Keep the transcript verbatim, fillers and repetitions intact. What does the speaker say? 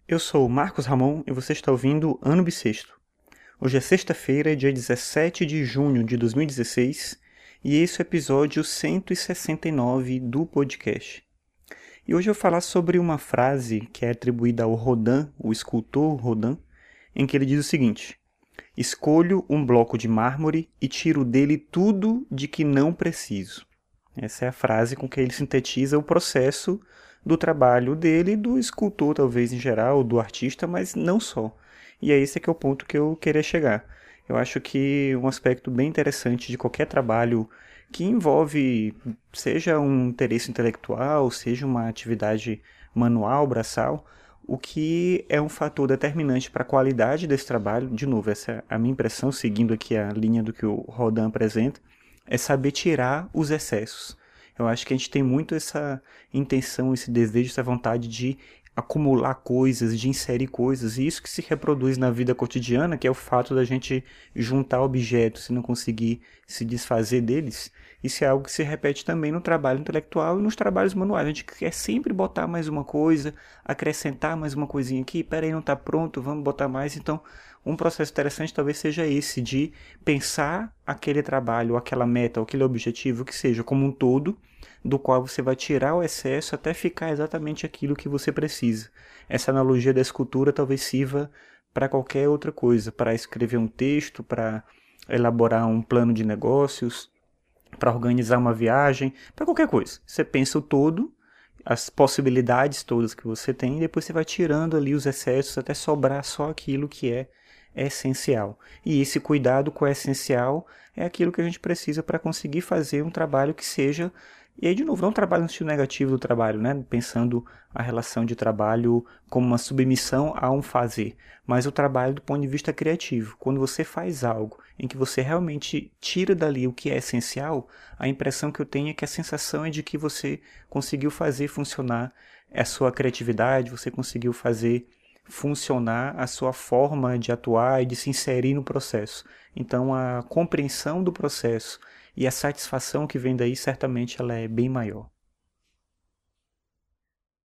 Eu sou o Marcos Ramon e você está ouvindo Ano Bissexto. Hoje é sexta-feira, dia dezessete de junho de dois mil e dezesseis, e esse é o episódio cento e sessenta e nove do podcast. E hoje eu vou falar sobre uma frase que é atribuída ao Rodin, o escultor Rodin, em que ele diz o seguinte: escolho um bloco de mármore e tiro dele tudo de que não preciso. Essa é a frase com que ele sintetiza o processo do trabalho dele, do escultor talvez em geral, do artista, mas não só. E é esse que é o ponto que eu queria chegar. Eu acho que um aspecto bem interessante de qualquer trabalho que envolve, seja um interesse intelectual, seja uma atividade manual, braçal, o que é um fator determinante para a qualidade desse trabalho, de novo, essa é a minha impressão, seguindo aqui a linha do que o Rodin apresenta, é saber tirar os excessos. Eu acho que a gente tem muito essa intenção, esse desejo, essa vontade de acumular coisas, de inserir coisas, e isso que se reproduz na vida cotidiana, que é o fato da gente juntar objetos e não conseguir se desfazer deles. Isso é algo que se repete também no trabalho intelectual e nos trabalhos manuais. A gente quer sempre botar mais uma coisa, acrescentar mais uma coisinha aqui, peraí, não está pronto, vamos botar mais. Então, um processo interessante talvez seja esse, de pensar aquele trabalho, aquela meta, aquele objetivo, que seja como um todo, do qual você vai tirar o excesso até ficar exatamente aquilo que você precisa. Essa analogia da escultura talvez sirva para qualquer outra coisa, para escrever um texto, para elaborar um plano de negócios, para organizar uma viagem, para qualquer coisa. Você pensa o todo, as possibilidades todas que você tem, e depois você vai tirando ali os excessos até sobrar só aquilo que é essencial. E esse cuidado com o essencial é aquilo que a gente precisa para conseguir fazer um trabalho que seja, e aí de novo, não um trabalho no sentido negativo do trabalho, né? Pensando a relação de trabalho como uma submissão a um fazer, mas o trabalho do ponto de vista criativo. Quando você faz algo em que você realmente tira dali o que é essencial, a impressão que eu tenho é que a sensação é de que você conseguiu fazer funcionar a sua criatividade, você conseguiu fazer funcionar a sua forma de atuar e de se inserir no processo. Então a compreensão do processo e a satisfação que vem daí certamente ela é bem maior.